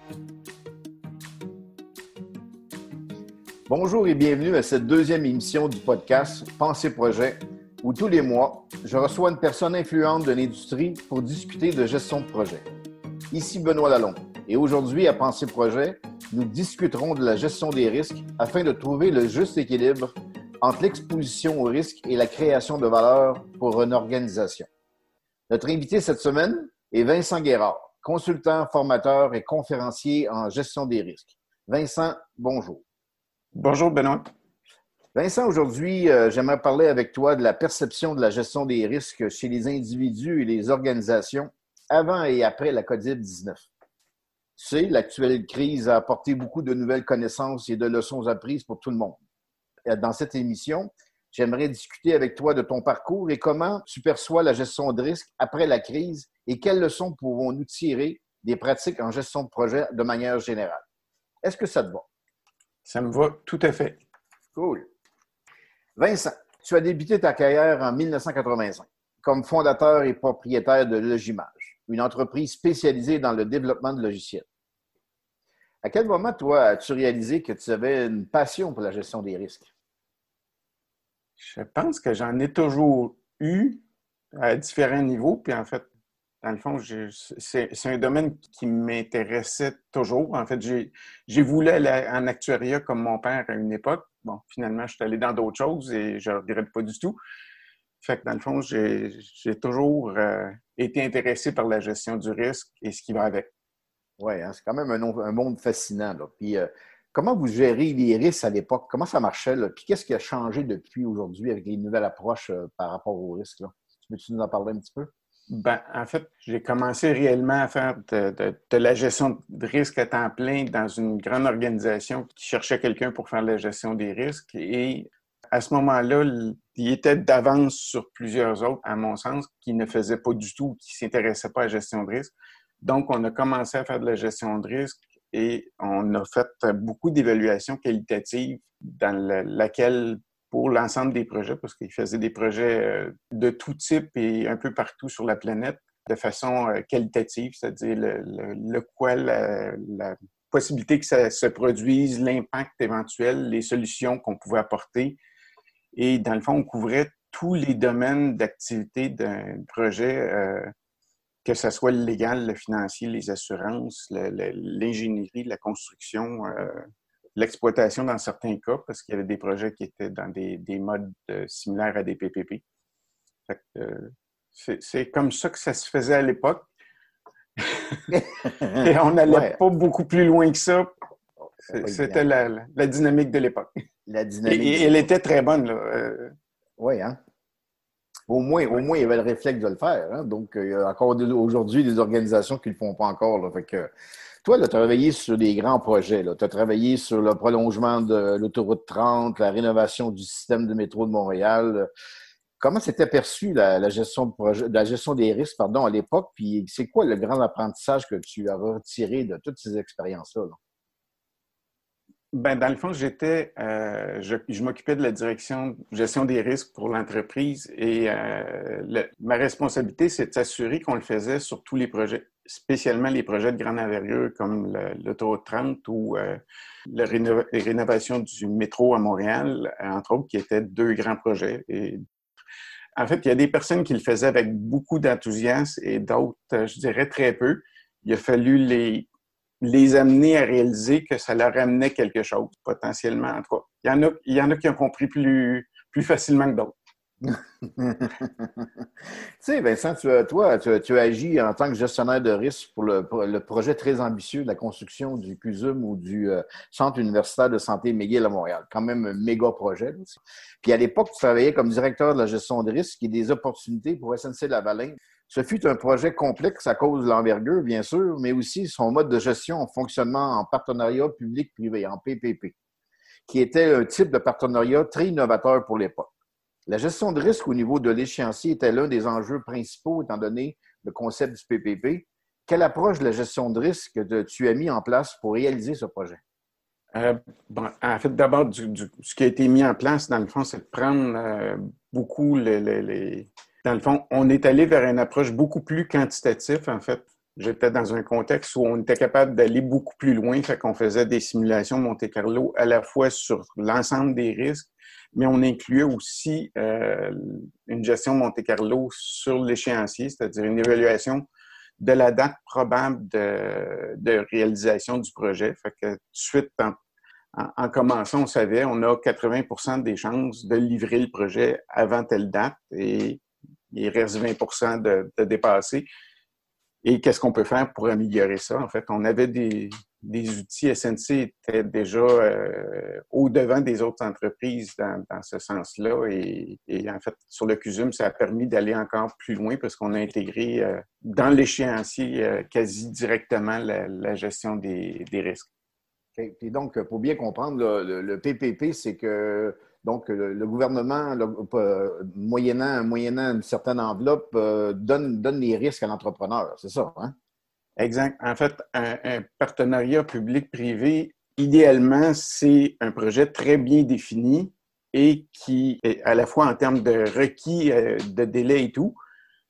Bonjour et bienvenue à cette deuxième émission du podcast Pensée Projet, où tous les mois, je reçois une personne influente de l'industrie pour discuter de gestion de projet. Ici Benoît Lalonde et aujourd'hui à Pensée Projet, nous discuterons de la gestion des risques afin de trouver le juste équilibre entre l'exposition aux risques et la création de valeur pour une organisation. Notre invité cette semaine est Vincent Guérard, consultant, formateur et conférencier en gestion des risques. Vincent, bonjour. Bonjour Benoît. Vincent, aujourd'hui, j'aimerais parler avec toi de la perception de la gestion des risques chez les individus et les organisations avant et après la COVID-19. Tu sais, l'actuelle crise a apporté beaucoup de nouvelles connaissances et de leçons apprises pour tout le monde. Dans cette émission, j'aimerais discuter avec toi de ton parcours et comment tu perçois la gestion de risques après la crise et quelles leçons pouvons-nous tirer des pratiques en gestion de projet de manière générale. Est-ce que ça te va? Ça me va tout à fait. Cool. Vincent, tu as débuté ta carrière en 1985 comme fondateur et propriétaire de Logimage, une entreprise spécialisée dans le développement de logiciels. À quel moment, toi, as-tu réalisé que tu avais une passion pour la gestion des risques? Je pense que j'en ai toujours eu à différents niveaux. Puis en fait, dans le fond, c'est un domaine qui m'intéressait toujours. En fait, j'ai voulu aller en actuariat comme mon père à une époque. Bon, finalement, je suis allé dans d'autres choses et je ne regrette pas du tout. Fait que dans le fond, j'ai toujours été intéressé par la gestion du risque et ce qui va avec. Oui, hein, c'est quand même un monde fascinant, là. Puis, comment vous gérez les risques à l'époque? Comment ça marchait, là? Puis, qu'est-ce qui a changé depuis aujourd'hui avec les nouvelles approches par rapport aux risques, là? Peux-tu nous en parler un petit peu? Ben, en fait, j'ai commencé réellement à faire de la gestion de risque à temps plein dans une grande organisation qui cherchait quelqu'un pour faire la gestion des risques. Et à ce moment-là, il était d'avance sur plusieurs autres, à mon sens, qui ne faisaient pas du tout, qui ne s'intéressaient pas à la gestion de risque. Donc, on a commencé à faire de la gestion de risque et on a fait beaucoup d'évaluations qualitatives dans laquelle pour l'ensemble des projets, parce qu'ils faisaient des projets de tout type et un peu partout sur la planète, de façon qualitative, c'est-à-dire la possibilité que ça se produise, l'impact éventuel, les solutions qu'on pouvait apporter. Et dans le fond, on couvrait tous les domaines d'activité d'un projet, que ce soit le légal, le financier, les assurances, l'ingénierie, la construction, l'exploitation dans certains cas, parce qu'il y avait des projets qui étaient dans des modes similaires à des PPP. Fait que, c'est comme ça que ça se faisait à l'époque. Et on n'allait pas beaucoup plus loin que ça. C'était la dynamique de l'époque. La dynamique. Et elle était très bonne, là. Oui, hein? Au moins, il y avait le réflexe de le faire. Hein? Donc, il y a encore aujourd'hui des organisations qui ne le font pas encore. Là. Fait que, toi, tu as travaillé sur des grands projets. Tu as travaillé sur le prolongement de l'autoroute 30, la rénovation du système de métro de Montréal. Comment s'était perçue la gestion de projet, la gestion des risques, pardon, à l'époque? Puis, c'est quoi le grand apprentissage que tu as retiré de toutes ces expériences-là? Là? Ben, dans le fond, je m'occupais de la direction de gestion des risques pour l'entreprise et ma responsabilité, c'est de s'assurer qu'on le faisait sur tous les projets, spécialement les projets de grande envergure comme l'autoroute 30 ou la rénovation du métro à Montréal, entre autres, qui étaient deux grands projets. Et, en fait, il y a des personnes qui le faisaient avec beaucoup d'enthousiasme et d'autres, je dirais, très peu. Il a fallu les amener à réaliser que ça leur amenait quelque chose, potentiellement. En tout cas, il y en a qui ont compris plus facilement que d'autres. Tu sais, Vincent, tu as agi en tant que gestionnaire de risque pour le projet très ambitieux de la construction du CUSUM ou du Centre universitaire de santé McGill à Montréal. Quand même un méga projet. Là. Puis à l'époque, tu travaillais comme directeur de la gestion de risque et des opportunités pour SNC-Lavalin. Ce fut un projet complexe à cause de l'envergure, bien sûr, mais aussi son mode de gestion en fonctionnement en partenariat public-privé, en PPP, qui était un type de partenariat très innovateur pour l'époque. La gestion de risque au niveau de l'échéancier était l'un des enjeux principaux, étant donné le concept du PPP. Quelle approche de la gestion de risque tu as mis en place pour réaliser ce projet? Bon, en fait, d'abord, ce qui a été mis en place, dans le fond, c'est de prendre beaucoup dans le fond, on est allé vers une approche beaucoup plus quantitative, en fait. j'étais dans un contexte où on était capable d'aller beaucoup plus loin, fait qu'on faisait des simulations Monte-Carlo à la fois sur l'ensemble des risques, mais on incluait aussi une gestion Monte-Carlo sur l'échéancier, c'est-à-dire une évaluation de la date probable de réalisation du projet. Fait que tout de suite, en commençant, on savait on a 80% des chances de livrer le projet avant telle date et il reste 20% de dépasser. Et qu'est-ce qu'on peut faire pour améliorer ça? En fait, on avait des outils. SNC était déjà au-devant des autres entreprises dans ce sens-là. Et en fait, sur le CUSUM, ça a permis d'aller encore plus loin parce qu'on a intégré dans l'échéancier quasi directement la gestion des risques. Okay. Puis donc, pour bien comprendre, le PPP, c'est que donc le gouvernement, moyennant une certaine enveloppe, donne les risques à l'entrepreneur. C'est ça, hein? Exact. En fait, un partenariat public-privé, idéalement, c'est un projet très bien défini et qui, à la fois en termes de requis, de délai et tout,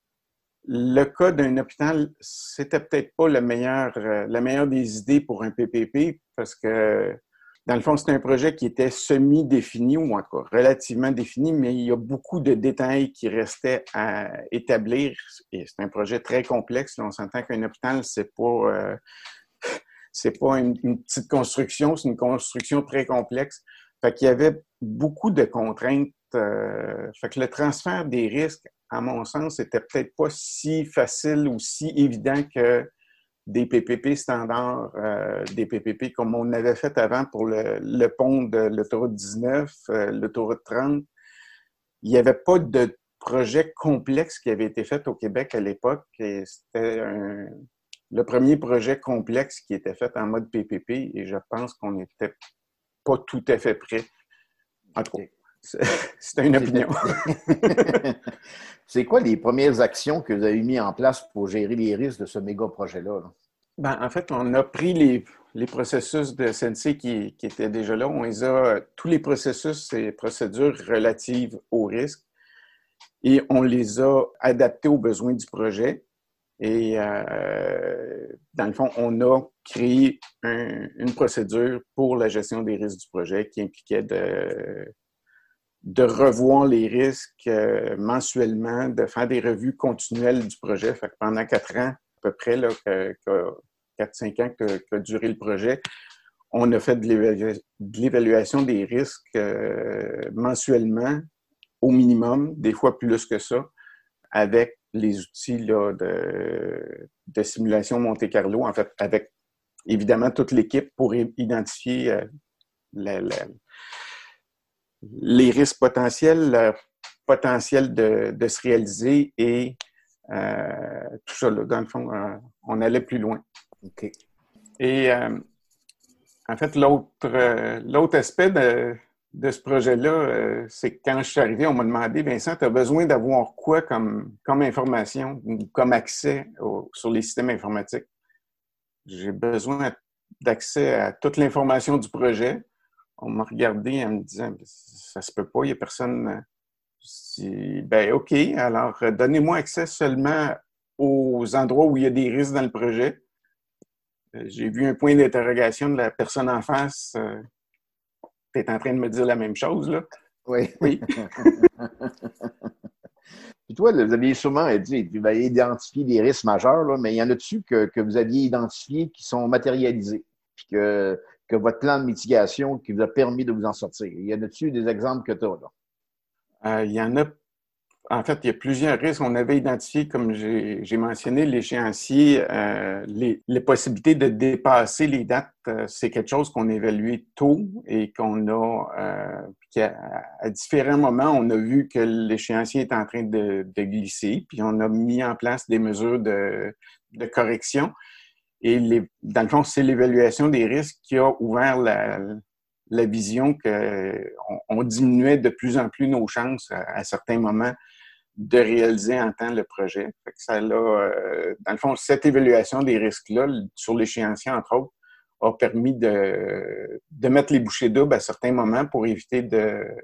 le cas d'un hôpital, c'était peut-être pas la meilleure des idées pour un PPP parce que, dans le fond, c'est un projet qui était semi-défini ou en tout cas relativement défini, mais il y a beaucoup de détails qui restaient à établir et c'est un projet très complexe. Là, on s'entend qu'un hôpital, c'est pas une petite construction, c'est une construction très complexe. Fait qu'il y avait beaucoup de contraintes. Fait que le transfert des risques, à mon sens, c'était peut-être pas si facile ou si évident que des PPP standards, des PPP comme on avait fait avant pour le pont de l'autoroute 19, l'autoroute 30. Il n'y avait pas de projet complexe qui avait été fait au Québec à l'époque. Et c'était le premier projet complexe qui était fait en mode PPP et je pense qu'on n'était pas tout à fait prêt. En tout cas, c'est une opinion. C'est quoi les premières actions que vous avez mises en place pour gérer les risques de ce méga projet-là? Là? Ben, en fait, on a pris les processus de SNC qui étaient déjà là. On les a, tous les processus et procédures relatives au risque et on les a adaptés aux besoins du projet. Et dans le fond, on a créé une procédure pour la gestion des risques du projet qui impliquait de revoir les risques mensuellement, de faire des revues continuelles du projet. Fait que pendant 4 ans, à peu près, là, 4-5 ans qu'a duré le projet, on a fait de l'évaluation des risques mensuellement, au minimum, des fois plus que ça, avec les outils là, de simulation Monte-Carlo, en fait, avec évidemment toute l'équipe pour identifier les risques potentiels, le potentiel de se réaliser et tout ça. Là, dans le fond, on allait plus loin. OK. Et en fait, l'autre aspect de ce projet-là, c'est que quand je suis arrivé, on m'a demandé, Vincent, tu as besoin d'avoir quoi comme information ou comme accès sur les systèmes informatiques? J'ai besoin d'accès à toute l'information du projet. On m'a regardé en me disant, ça se peut pas, il n'y a personne. Je dis, ben OK, alors donnez-moi accès seulement aux endroits où il y a des risques dans le projet. J'ai vu un point d'interrogation de la personne en face. Tu es en train de me dire la même chose, là? Oui. Oui. Puis toi, vous aviez sûrement dit, vous avez identifié des risques majeurs, là, mais il y en a-dessus que vous aviez identifiés qui sont matérialisés, puis que votre plan de mitigation qui vous a permis de vous en sortir. Il y en a-dessus des exemples que tu as, là? Il y en a. En fait, il y a plusieurs risques. On avait identifié, comme j'ai mentionné, l'échéancier, les possibilités de dépasser les dates. C'est quelque chose qu'on a évalué tôt et qu'on a, à différents moments, on a vu que l'échéancier est en train de glisser, puis on a mis en place des mesures de correction. Et dans le fond, c'est l'évaluation des risques qui a ouvert la vision qu'on diminuait de plus en plus nos chances à certains moments de réaliser en temps le projet. Fait que ça dans le fond, cette évaluation des risques-là, sur l'échéancier, entre autres, a permis de mettre les bouchées doubles à certains moments pour éviter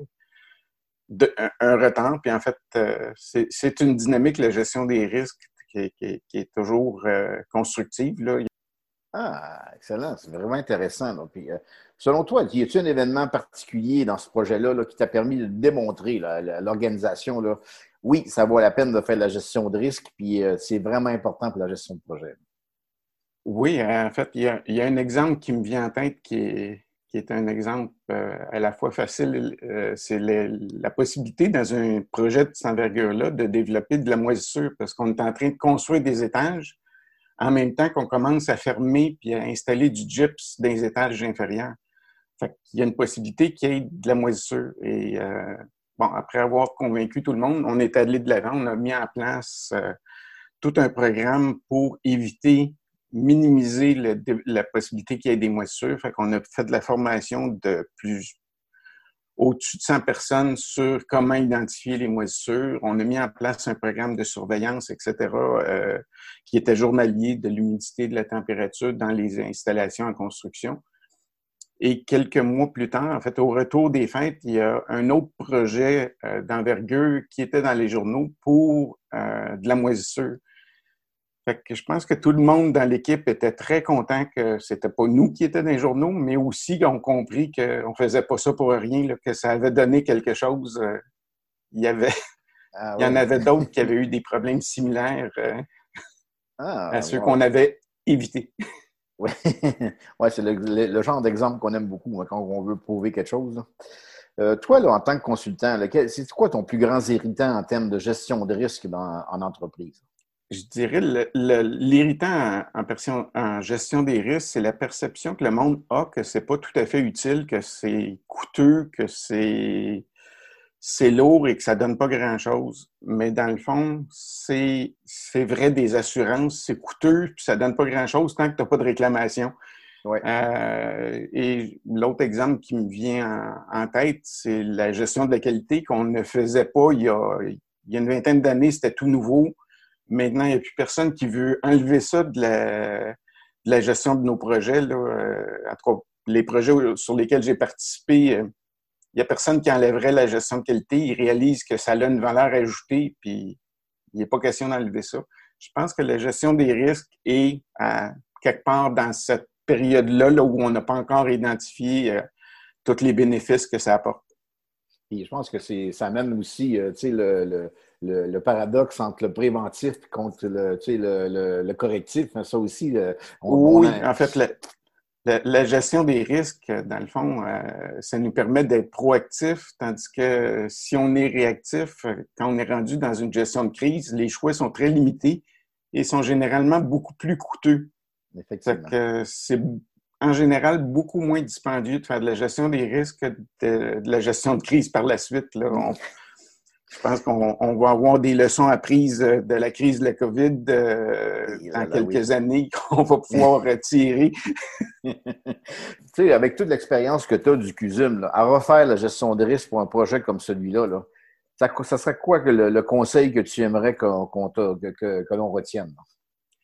un retard. Puis en fait, c'est une dynamique, la gestion des risques, qui est toujours constructive, là. Ah, excellent. C'est vraiment intéressant. Là. Puis, selon toi, y a-t-il un événement particulier dans ce projet-là là, qui t'a permis de démontrer là, l'organisation, là, oui, ça vaut la peine de faire de la gestion de risque, puis c'est vraiment important pour la gestion de projet. Oui, en fait, il y a un exemple qui me vient en tête qui est un exemple à la fois facile. C'est la possibilité dans un projet de cette envergure-là de développer de la moisissure parce qu'on est en train de construire des étages en même temps qu'on commence à fermer puis à installer du gyps dans les étages inférieurs. Fait qu'il y a une possibilité qu'il y ait de la moisissure. Et bon, après avoir convaincu tout le monde, on est allé de l'avant. On a mis en place tout un programme pour éviter, minimiser la possibilité qu'il y ait des moisissures. Fait qu'on a fait de la formation de au-dessus de 100 personnes sur comment identifier les moisissures. On a mis en place un programme de surveillance, etc., qui était journalier de l'humidité, de la température dans les installations en construction. Et quelques mois plus tard, en fait, au retour des fêtes, il y a un autre projet d'envergure qui était dans les journaux pour de la moisissure. Fait que je pense que tout le monde dans l'équipe était très content que c'était pas nous qui étions dans les journaux, mais aussi qu'on compris qu'on faisait pas ça pour rien, là, que ça avait donné quelque chose. Il y avait, Ah il y en oui. avait d'autres qui avaient eu des problèmes similaires à Ah, ceux qu'on wow. avait évités. Oui, ouais, c'est le genre d'exemple qu'on aime beaucoup hein, quand on veut prouver quelque chose. Là. Toi, là, en tant que consultant, là, c'est quoi ton plus grand irritant en termes de gestion de risque en entreprise? Je dirais l'irritant en gestion des risques, c'est la perception que le monde a que c'est pas tout à fait utile, que c'est coûteux, que c'est lourd et que ça donne pas grand-chose. Mais dans le fond, c'est vrai des assurances, c'est coûteux, puis ça donne pas grand-chose tant que tu n'as pas de réclamation. Oui. Et l'autre exemple qui me vient en tête, c'est la gestion de la qualité qu'on ne faisait pas il y a une vingtaine d'années, c'était tout nouveau. Maintenant, il n'y a plus personne qui veut enlever ça de la gestion de nos projets. Là. En tout cas, les projets sur lesquels j'ai participé, il n'y a personne qui enlèverait la gestion de qualité. Ils réalisent que ça a une valeur ajoutée, puis il n'est pas question d'enlever ça. Je pense que la gestion des risques est quelque part dans cette période-là là, où on n'a pas encore identifié tous les bénéfices que ça apporte. Et je pense que ça amène aussi le paradoxe entre le préventif et contre le correctif. Ça aussi, on Oui, a... en fait, la gestion des risques, dans le fond, ça nous permet d'être proactif, tandis que si on est réactif, quand on est rendu dans une gestion de crise, les choix sont très limités et sont généralement beaucoup plus coûteux. Fait Effectivement. que c'est en général beaucoup moins dispendieux de faire de la gestion des risques que de la gestion de crise par la suite. Là. Je pense qu'on va avoir des leçons apprises de la crise de la COVID Et là, dans là, oui. quelques années qu'on va pouvoir tirer. Tu sais, avec toute l'expérience que tu as du CUSUM, là, à refaire la gestion de risque pour un projet comme celui-là, là, ça serait quoi que le conseil que tu aimerais que l'on retienne? Là?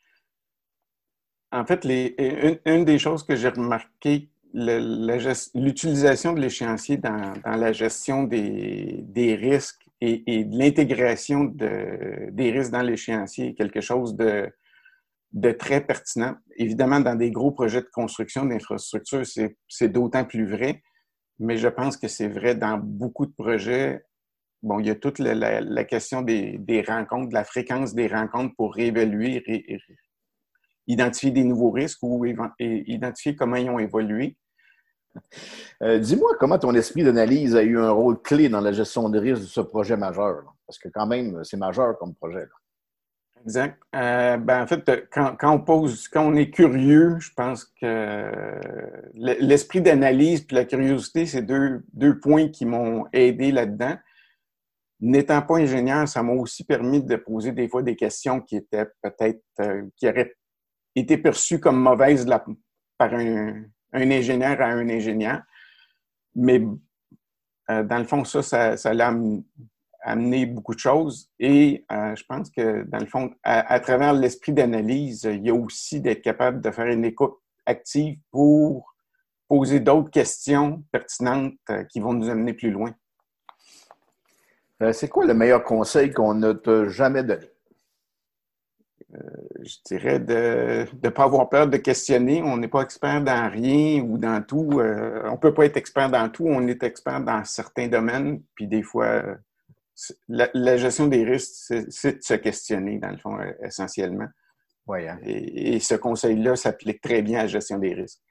En fait, une des choses que j'ai remarqué, l'utilisation de l'échéancier dans la gestion des risques et de l'intégration des risques dans l'échéancier est quelque chose de très pertinent. Évidemment, dans des gros projets de construction d'infrastructures, c'est d'autant plus vrai, mais je pense que c'est vrai dans beaucoup de projets. Bon, il y a toute la question des rencontres, de la fréquence des rencontres pour réévaluer, identifier des nouveaux risques ou identifier comment ils ont évolué. Dis-moi comment ton esprit d'analyse a eu un rôle clé dans la gestion de risque de ce projet majeur. Là? Parce que quand même, c'est majeur comme projet. Là. Exact. En fait, quand on est curieux, je pense que l'esprit d'analyse et la curiosité, c'est deux points qui m'ont aidé là-dedans. N'étant pas ingénieur, ça m'a aussi permis de poser des fois des questions qui étaient peut-être, qui auraient été perçues comme mauvaises par un ingénieur à un ingénieur. Mais dans le fond, ça l'a amené beaucoup de choses. Et je pense que, dans le fond, à travers l'esprit d'analyse, il y a aussi d'être capable de faire une écoute active pour poser d'autres questions pertinentes qui vont nous amener plus loin. C'est quoi le meilleur conseil qu'on ne t'a jamais donné? je dirais de ne pas avoir peur de questionner. On n'est pas expert dans rien ou dans tout. On ne peut pas être expert dans tout. On est expert dans certains domaines. Puis des fois, la gestion des risques, c'est de se questionner, dans le fond, essentiellement. Oui, hein? Et ce conseil-là s'applique très bien à la gestion des risques.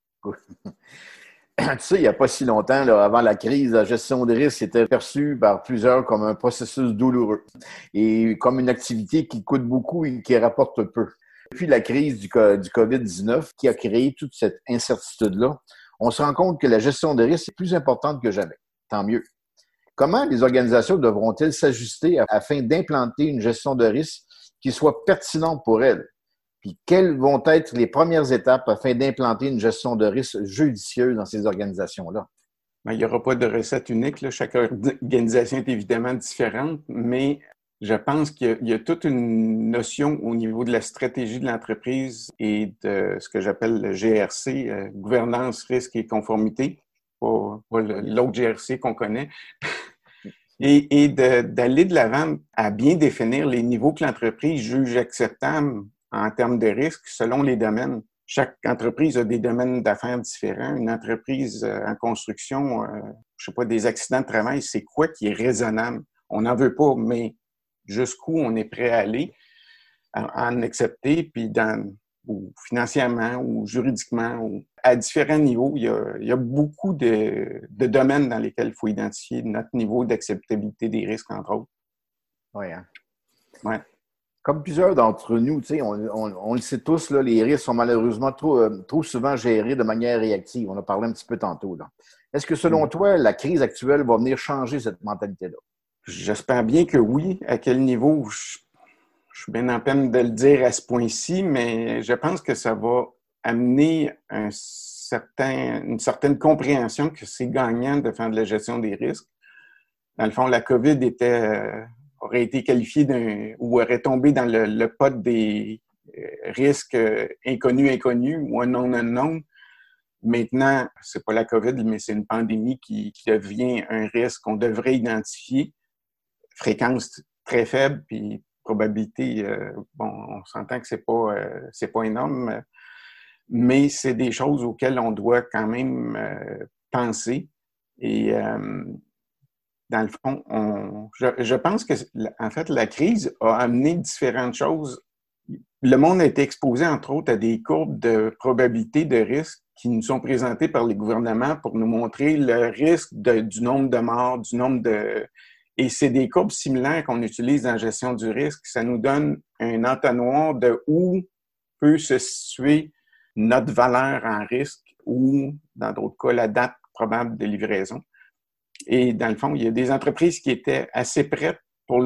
Tu sais, il n'y a pas si longtemps, là, avant la crise, la gestion des risques était perçue par plusieurs comme un processus douloureux et comme une activité qui coûte beaucoup et qui rapporte peu. Depuis la crise du COVID-19 qui a créé toute cette incertitude-là, on se rend compte que la gestion des risques est plus importante que jamais. Tant mieux. Comment les organisations devront-elles s'ajuster afin d'implanter une gestion de risque qui soit pertinente pour elles? Puis quelles vont être les premières étapes afin d'implanter une gestion de risque judicieuse dans ces organisations-là? Bien, il n'y aura pas de recette unique, là. Chaque organisation est évidemment différente, mais je pense qu'il y a toute une notion au niveau de la stratégie de l'entreprise et de ce que j'appelle le GRC, gouvernance, risque et conformité, pas l'autre GRC qu'on connaît, et d'aller de l'avant à bien définir les niveaux que l'entreprise juge acceptables en termes de risque selon les domaines. Chaque entreprise a des domaines d'affaires différents. Une entreprise en construction, je sais pas, des accidents de travail, c'est quoi qui est raisonnable? On n'en veut pas, mais jusqu'où on est prêt à aller, à en accepter, puis ou financièrement ou juridiquement, ou à différents niveaux. Il y a beaucoup de domaines dans lesquels il faut identifier notre niveau d'acceptabilité des risques, entre autres. Oui, hein? Ouais. Comme plusieurs d'entre nous, tu sais, on le sait tous, là, les risques sont malheureusement trop souvent gérés de manière réactive. On a parlé un petit peu tantôt, là. Est-ce que, selon toi, la crise actuelle va venir changer cette mentalité-là? J'espère bien que oui. À quel niveau, je suis bien en peine de le dire à ce point-ci, mais je pense que ça va amener une certaine compréhension que c'est gagnant de faire de la gestion des risques. Dans le fond, la COVID aurait été qualifiée ou aurait tombé dans le pot des risques inconnus ou un non. Maintenant, c'est pas la COVID, mais c'est une pandémie qui devient un risque qu'on devrait identifier. Fréquence très faible, puis probabilité, on s'entend que c'est pas énorme, mais c'est des choses auxquelles on doit quand même penser. Et dans le fond, je pense que, en fait, la crise a amené différentes choses. Le monde a été exposé, entre autres, à des courbes de probabilité de risque qui nous sont présentées par les gouvernements pour nous montrer le risque du nombre de morts, du nombre de... Et c'est des courbes similaires qu'on utilise dans la gestion du risque. Ça nous donne un entonnoir de où peut se situer notre valeur en risque ou, dans d'autres cas, la date probable de livraison. Et dans le fond, il y a des entreprises qui étaient assez prêtes pour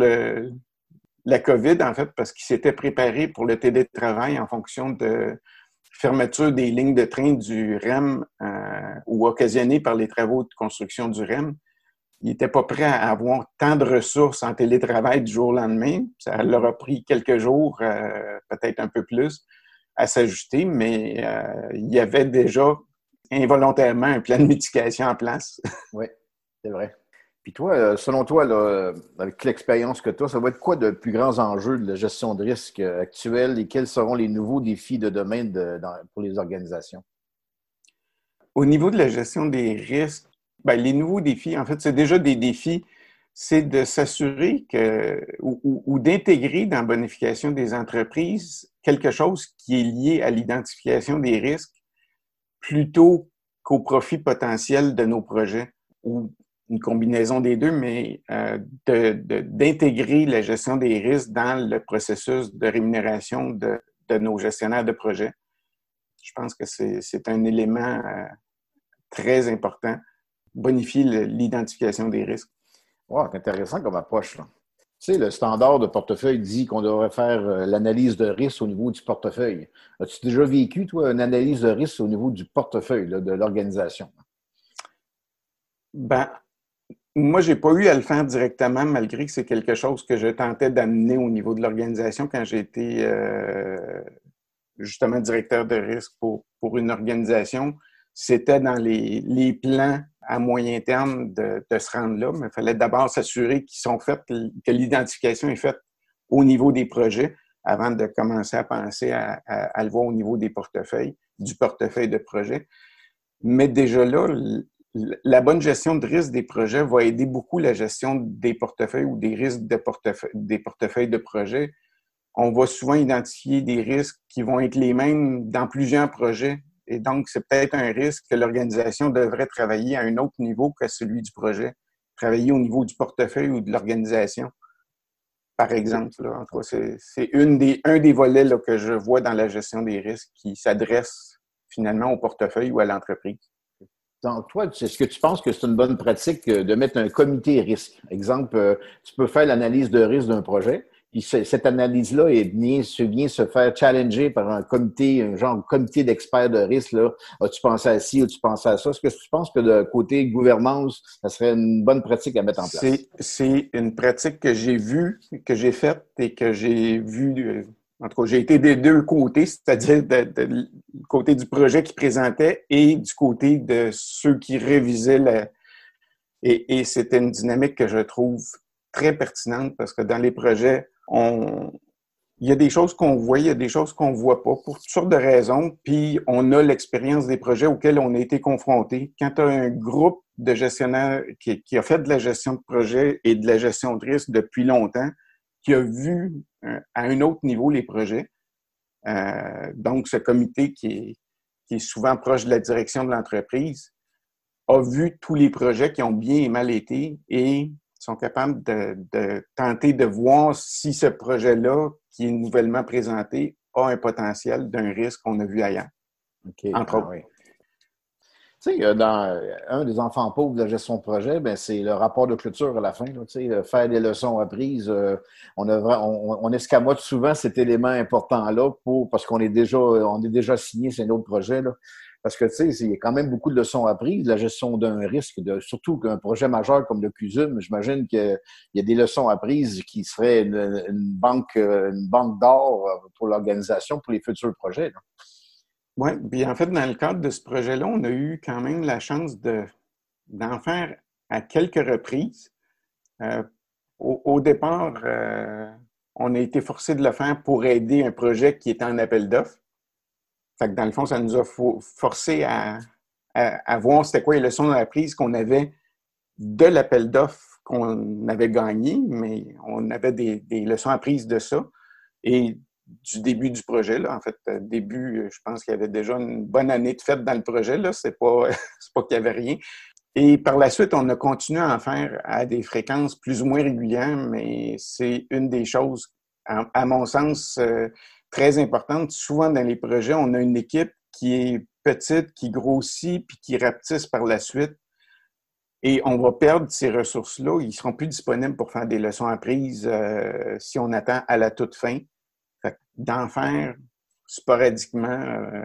la COVID, en fait, parce qu'ils s'étaient préparés pour le télétravail en fonction de fermeture des lignes de train du REM ou occasionnées par les travaux de construction du REM. Ils n'étaient pas prêts à avoir tant de ressources en télétravail du jour au lendemain. Ça leur a pris quelques jours, peut-être un peu plus, à s'ajuster, mais il y avait déjà involontairement un plan de mitigation en place. Oui, c'est vrai. Puis toi, selon toi, là, avec l'expérience que tu as, ça va être quoi de plus grands enjeux de la gestion de risque actuelle et quels seront les nouveaux défis de demain pour les organisations? Au niveau de la gestion des risques, les nouveaux défis, en fait, c'est déjà des défis, c'est de s'assurer ou d'intégrer dans la bonification des entreprises quelque chose qui est lié à l'identification des risques plutôt qu'au profit potentiel de nos projets ou une combinaison des deux, mais d'intégrer la gestion des risques dans le processus de rémunération de nos gestionnaires de projets. Je pense que c'est un élément très important, bonifier l'identification des risques. Wow, c'est intéressant comme approche, là. Tu sais, le standard de portefeuille dit qu'on devrait faire l'analyse de risque au niveau du portefeuille. As-tu déjà vécu, toi, une analyse de risque au niveau du portefeuille là, de l'organisation? Moi, j'ai pas eu à le faire directement, malgré que c'est quelque chose que je tentais d'amener au niveau de l'organisation quand j'ai été justement directeur de risque pour une organisation. C'était dans les plans à moyen terme de se rendre là, mais il fallait d'abord s'assurer qu'ils sont faits, que l'identification est faite au niveau des projets avant de commencer à penser à le voir au niveau des portefeuilles, du portefeuille de projet. Mais déjà là, la bonne gestion de risque des projets va aider beaucoup la gestion des portefeuilles ou des risques des portefeuilles de projet. On va souvent identifier des risques qui vont être les mêmes dans plusieurs projets. Et donc, c'est peut-être un risque que l'organisation devrait travailler à un autre niveau que celui du projet, travailler au niveau du portefeuille ou de l'organisation, par exemple. Là. En tout cas, c'est un des volets là, que je vois dans la gestion des risques qui s'adresse finalement au portefeuille ou à l'entreprise. Donc, toi, est-ce que tu penses que c'est une bonne pratique de mettre un comité risque? Exemple, tu peux faire l'analyse de risque d'un projet, puis cette analyse-là vient se faire challenger par un comité, un genre de comité d'experts de risque. Là. As-tu pensé à ci, as-tu pensé à ça? Est-ce que tu penses que de côté gouvernance, ça serait une bonne pratique à mettre en place? C'est une pratique que j'ai vue, que j'ai faite et que j'ai vue. En tout cas, j'ai été des deux côtés, c'est-à-dire du côté du projet qui présentait et du côté de ceux qui révisaient et c'était une dynamique que je trouve très pertinente parce que dans les projets, il y a des choses qu'on voit, il y a des choses qu'on voit pas pour toutes sortes de raisons, puis on a l'expérience des projets auxquels on a été confrontés. Quand tu as un groupe de gestionnaires qui a fait de la gestion de projet et de la gestion de risque depuis longtemps, qui a vu à un autre niveau les projets, donc ce comité qui est souvent proche de la direction de l'entreprise, a vu tous les projets qui ont bien et mal été et sont capables de tenter de voir si ce projet-là, qui est nouvellement présenté, a un potentiel d'un risque qu'on a vu ailleurs. OK. Entre autres. Oui. Tu sais, dans un des enfants pauvres de la gestion de projet, ben, c'est le rapport de clôture à la fin. Là, tu sais, faire des leçons apprises. On escamote souvent cet élément important-là parce qu'on est déjà signé sur un autre projet. Là. Parce que, tu sais, il y a quand même beaucoup de leçons apprises, la gestion d'un risque, surtout qu'un projet majeur comme le CUSUM, j'imagine qu'il y a des leçons apprises qui seraient une banque d'or pour l'organisation, pour les futurs projets. Là. Oui, puis en fait, dans le cadre de ce projet-là, on a eu quand même la chance d'en faire à quelques reprises. Au départ, on a été forcé de le faire pour aider un projet qui était en appel d'offres. Fait que dans le fond, ça nous a forcé à voir c'était quoi les leçons apprises qu'on avait de l'appel d'offres qu'on avait gagné, mais on avait des leçons apprises de ça. Et du début du projet, là, en fait, début, je pense qu'il y avait déjà une bonne année de fête dans le projet, là, c'est pas qu'il y avait rien. Et par la suite, on a continué à en faire à des fréquences plus ou moins régulières, mais c'est une des choses, à mon sens, très importante. Souvent, dans les projets, on a une équipe qui est petite, qui grossit, puis qui rapetisse par la suite. Et on va perdre ces ressources-là. Ils seront plus disponibles pour faire des leçons apprises si on attend à la toute fin. Fait que d'en faire sporadiquement,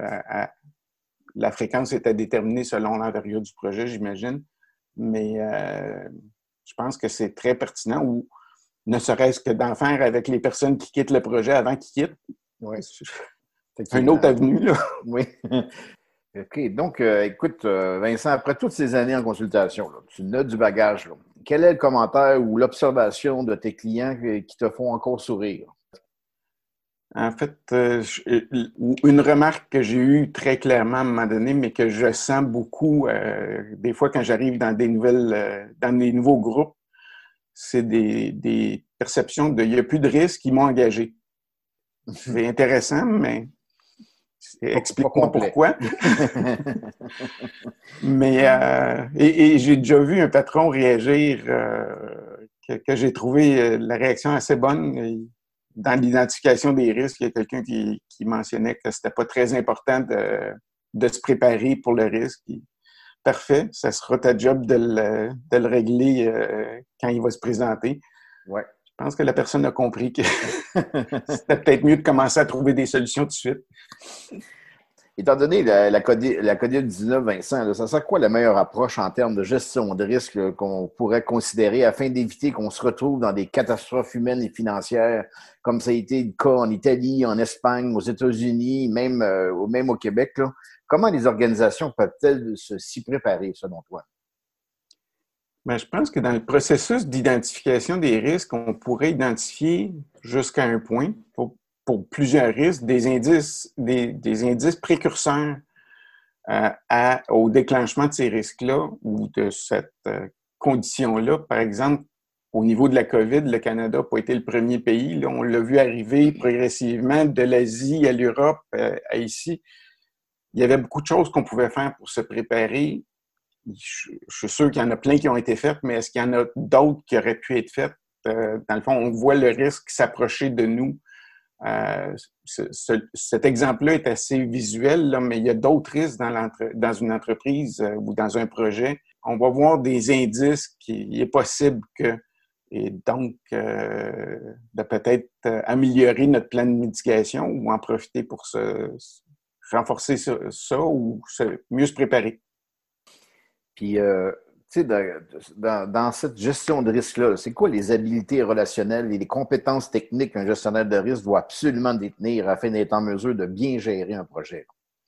la fréquence est à déterminer selon l'envergure du projet, j'imagine. Mais je pense que c'est très pertinent ou ne serait-ce que d'en faire avec les personnes qui quittent le projet avant qu'ils quittent. Oui. Un autre avenue, là. Oui. OK. Donc, écoute, Vincent, après toutes ces années en consultation, là, tu notes du bagage. Là. Quel est le commentaire ou l'observation de tes clients qui te font encore sourire? En fait, une remarque que j'ai eue très clairement à un moment donné, mais que je sens beaucoup des fois quand j'arrive dans des nouveaux groupes, c'est des perceptions de il n'y a plus de risques, ils m'ont engagé. C'est intéressant, mais explique-moi pourquoi. Mais et j'ai déjà vu un patron réagir que j'ai trouvé la réaction assez bonne. Dans l'identification des risques, il y a quelqu'un qui mentionnait que c'était pas très important de se préparer pour le risque. Parfait, ça sera ta job de le régler quand il va se présenter. Ouais. Je pense que la personne a compris que c'était peut-être mieux de commencer à trouver des solutions tout de suite. Étant donné la COVID-19, Vincent, là, ça serait quoi la meilleure approche en termes de gestion de risque là, qu'on pourrait considérer afin d'éviter qu'on se retrouve dans des catastrophes humaines et financières, comme ça a été le cas en Italie, en Espagne, aux États-Unis, même au Québec? Là. Comment les organisations peuvent-elles s'y préparer, selon toi? Bien, je pense que dans le processus d'identification des risques, on pourrait identifier jusqu'à un point. pour plusieurs risques, des indices précurseurs au déclenchement de ces risques-là ou de cette condition-là. Par exemple, au niveau de la COVID, le Canada n'a pas été le premier pays. Là, on l'a vu arriver progressivement de l'Asie à l'Europe, à ici. Il y avait beaucoup de choses qu'on pouvait faire pour se préparer. Je suis sûr qu'il y en a plein qui ont été faites, mais est-ce qu'il y en a d'autres qui auraient pu être faites? Dans le fond, on voit le risque s'approcher de nous. Cet exemple-là est assez visuel, là, mais il y a d'autres risques dans une entreprise ou dans un projet. On va voir des indices qu'il est possible que, et donc de peut-être améliorer notre plan de mitigation ou en profiter pour renforcer ça ou mieux se préparer. Puis, tu sais, dans cette gestion de risque-là, c'est quoi les habiletés relationnelles et les compétences techniques qu'un gestionnaire de risque doit absolument détenir afin d'être en mesure de bien gérer un projet?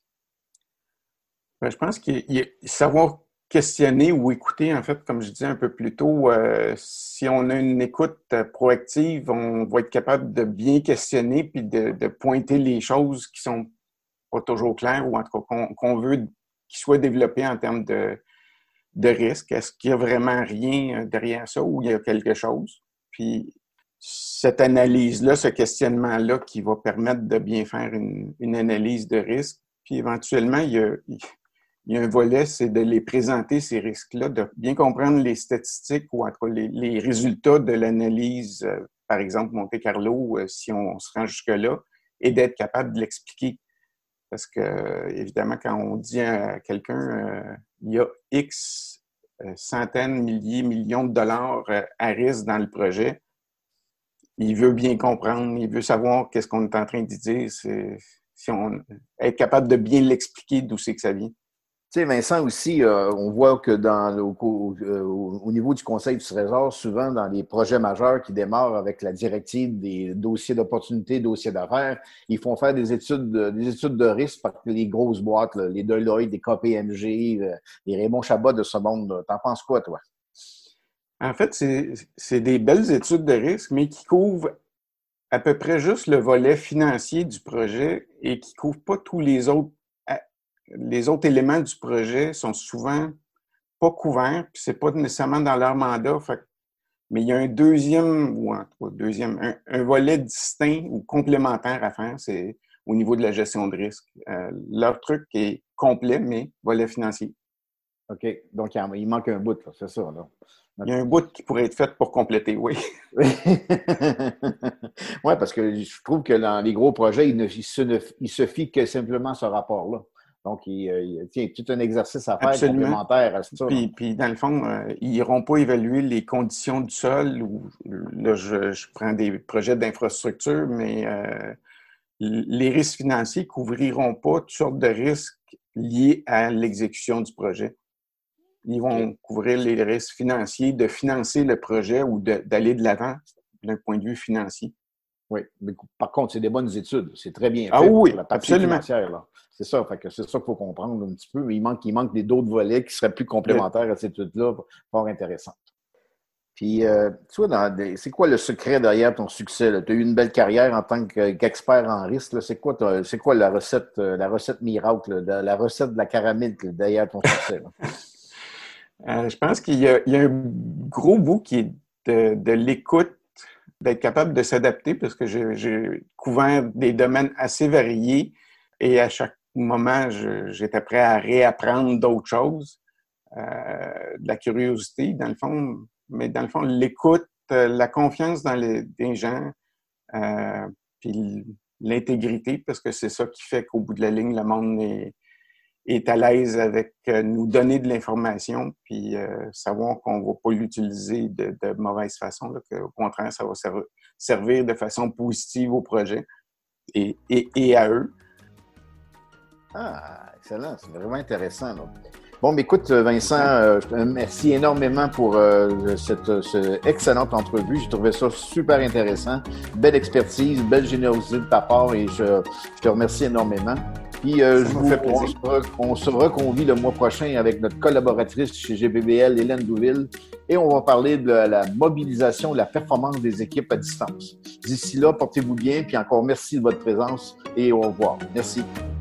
Je pense qu'il savoir questionner ou écouter, en fait, comme je disais un peu plus tôt, si on a une écoute proactive, on va être capable de bien questionner puis de pointer les choses qui sont pas toujours claires ou en tout cas qu'on veut qu'ils soient développés en termes de risque. Est-ce qu'il y a vraiment rien derrière ça ou il y a quelque chose? Puis cette analyse-là, ce questionnement-là qui va permettre de bien faire une analyse de risque. Puis éventuellement, il y a un volet, c'est de les présenter, ces risques-là, de bien comprendre les statistiques ou en tout cas les résultats de l'analyse, par exemple Monte-Carlo, si on se rend jusque-là, et d'être capable de l'expliquer. Parce que, évidemment, quand on dit à quelqu'un il y a X centaines, milliers, millions de dollars à risque dans le projet, il veut bien comprendre, il veut savoir qu'est-ce qu'on est en train de dire, être capable de bien l'expliquer d'où c'est que ça vient. Tu sais, Vincent, aussi, on voit que au niveau du Conseil du Trésor, souvent dans les projets majeurs qui démarrent avec la directive des dossiers d'opportunité, dossiers d'affaires, ils font faire des études de risque par les grosses boîtes, là, les Deloitte, les KPMG, les Raymond Chabot de ce monde. T'en penses quoi, toi? En fait, c'est des belles études de risque, mais qui couvrent à peu près juste le volet financier du projet et qui ne couvrent pas tous les autres éléments du projet sont souvent pas couverts, puis c'est pas nécessairement dans leur mandat. Mais il y a un deuxième, ou en tout cas un volet distinct ou complémentaire à faire, c'est au niveau de la gestion de risque. Leur truc est complet, mais volet financier. OK. Donc, il manque un bout, là, c'est ça, là. Il y a un bout qui pourrait être fait pour compléter, oui. Oui, parce que je trouve que dans les gros projets, il se fie que simplement ce rapport-là. Donc, il y a tout un exercice à faire. Absolument. Complémentaire à ça. Puis, dans le fond, ils n'iront pas évaluer les conditions du sol. Là, je prends des projets d'infrastructure, mais les risques financiers ne couvriront pas toutes sortes de risques liés à l'exécution du projet. Ils vont couvrir les risques financiers de financer le projet ou d'aller de l'avant d'un point de vue financier. Oui, mais par contre, c'est des bonnes études. C'est très bien fait. Ah oui, pour la partie financière, là. C'est ça, fait que c'est ça qu'il faut comprendre un petit peu. Mais il manque d'autres volets qui seraient plus complémentaires à cette étude-là, fort intéressantes. Puis, tu vois, c'est quoi le secret derrière ton succès? Tu as eu une belle carrière en tant qu'expert en risque. Là. C'est quoi la recette miracle, la recette de la caramel derrière ton succès? Je pense qu'il y a un gros bout qui est de l'écoute, d'être capable de s'adapter parce que j'ai couvert des domaines assez variés et à chaque moment, j'étais prêt à réapprendre d'autres choses, de la curiosité, dans le fond, mais dans le fond, l'écoute, la confiance dans les gens, puis l'intégrité, parce que c'est ça qui fait qu'au bout de la ligne, le monde est à l'aise avec nous donner de l'information, puis savoir qu'on ne va pas l'utiliser de mauvaise façon, là, qu'au contraire, ça va servir de façon positive au projet et à eux. Ah, excellent. C'est vraiment intéressant. Là. Bon, mais écoute, Vincent, merci énormément pour cette excellente entrevue. J'ai trouvé ça super intéressant. Belle expertise, belle générosité de ta part et je te remercie énormément. Puis on se reconvie le mois prochain avec notre collaboratrice chez GPBL, Hélène Douville, et on va parler de la mobilisation, de la performance des équipes à distance. D'ici là, portez-vous bien, puis encore merci de votre présence et au revoir. Merci.